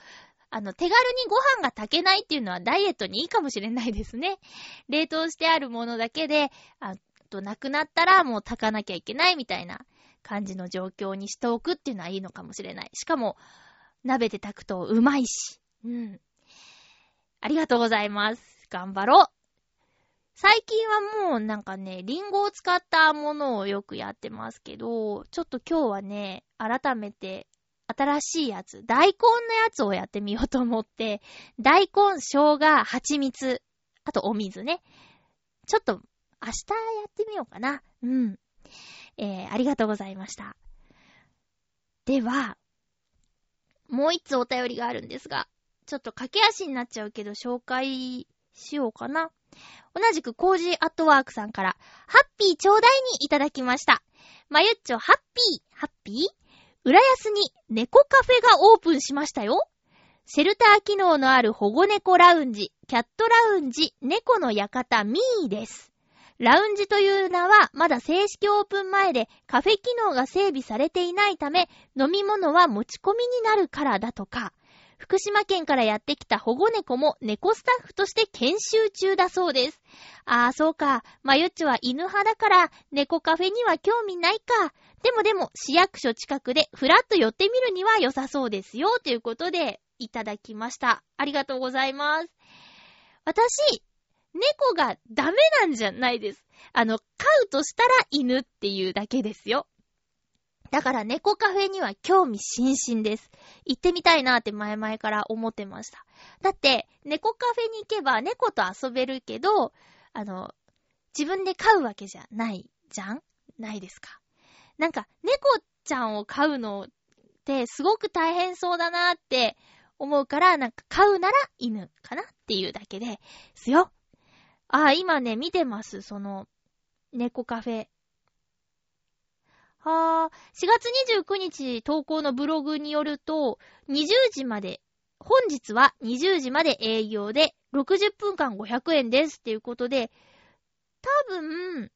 手軽にご飯が炊けないっていうのはダイエットにいいかもしれないですね。冷凍してあるものだけで、なくなったらもう炊かなきゃいけないみたいな感じの状況にしておくっていうのはいいのかもしれない。しかも、鍋で炊くとうまいし。ありがとうございます。頑張ろう。最近はもうなんかね、リンゴを使ったものをよくやってますけど、ちょっと今日はね、改めて新しいやつ、大根のやつをやってみようと思って、大根、生姜、蜂蜜、あとお水ね。ちょっと明日やってみようかな。ありがとうございました。では、もう一つお便りがあるんですが、ちょっと駆け足になっちゃうけど紹介しようかな。同じくコージーアットワークさんから、ハッピーちょうだいにいただきました。まゆっちょ、ハッピー浦安に猫カフェがオープンしましたよ。シェルター機能のある保護猫ラウンジ、キャットラウンジ、猫の館ミーです。ラウンジという名はまだ正式オープン前でカフェ機能が整備されていないため、飲み物は持ち込みになるからだとか、福島県からやってきた保護猫も猫スタッフとして研修中だそうです。そうか。まゆっちは犬派だから猫カフェには興味ないか。でも市役所近くでふらっと寄ってみるには良さそうですよ。ということでいただきました。ありがとうございます。私、猫がダメなんじゃないです。飼うとしたら犬っていうだけですよ。だから猫カフェには興味津々です。行ってみたいなって前々から思ってました。だって猫カフェに行けば猫と遊べるけど、自分で飼うわけじゃないじゃん？ないですか？なんか猫ちゃんを飼うのってすごく大変そうだなって思うから、なんか飼うなら犬かなっていうだけですよ。今ね見てます。その猫カフェ。4月29日投稿のブログによると、20時まで、本日は20時まで営業で60分間500円ですっていうことで、多分、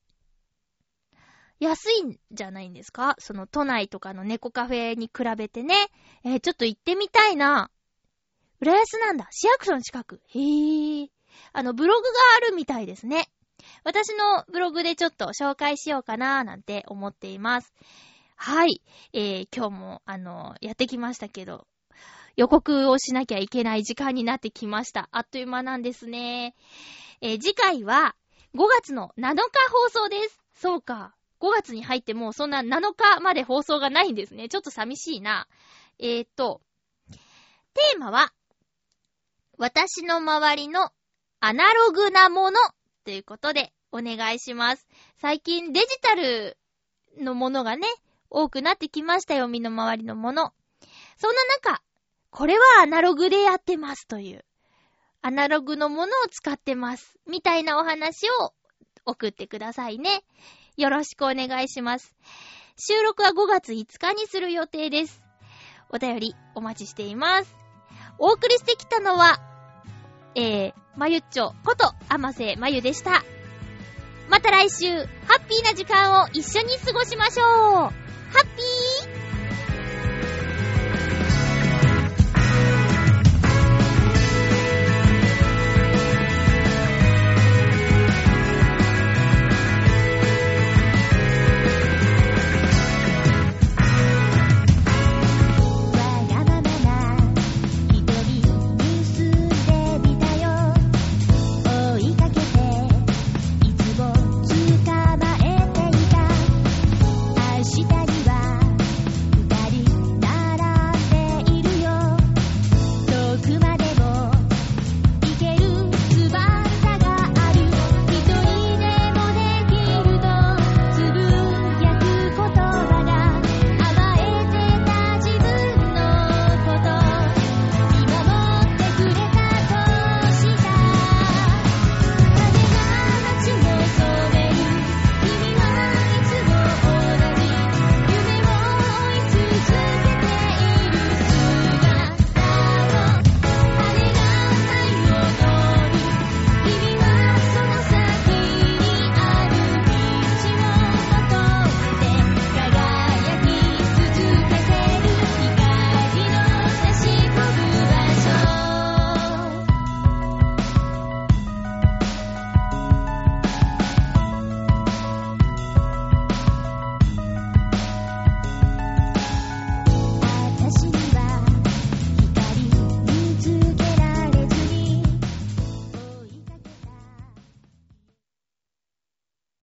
安いんじゃないんですか？その都内とかの猫カフェに比べてね。ちょっと行ってみたいな。浦安なんだ。市役所の近く。へー。ブログがあるみたいですね。私のブログでちょっと紹介しようかなーなんて思っています。はい。今日もやってきましたけど、予告をしなきゃいけない時間になってきました。あっという間なんですね。次回は5月の7日放送です。そうか。5月に入ってもうそんな7日まで放送がないんですね。ちょっと寂しいな。テーマは、私の周りのアナログなものということでお願いします。最近デジタルのものがね、多くなってきましたよ、身の回りのもの。そんな中、これはアナログでやってますという、アナログのものを使ってますみたいなお話を送ってくださいね。よろしくお願いします。収録は5月5日にする予定です。お便りお待ちしています。お送りしてきたのはまゆっちょこと甘瀬まゆでした。また来週ハッピーな時間を一緒に過ごしましょう。ハッピー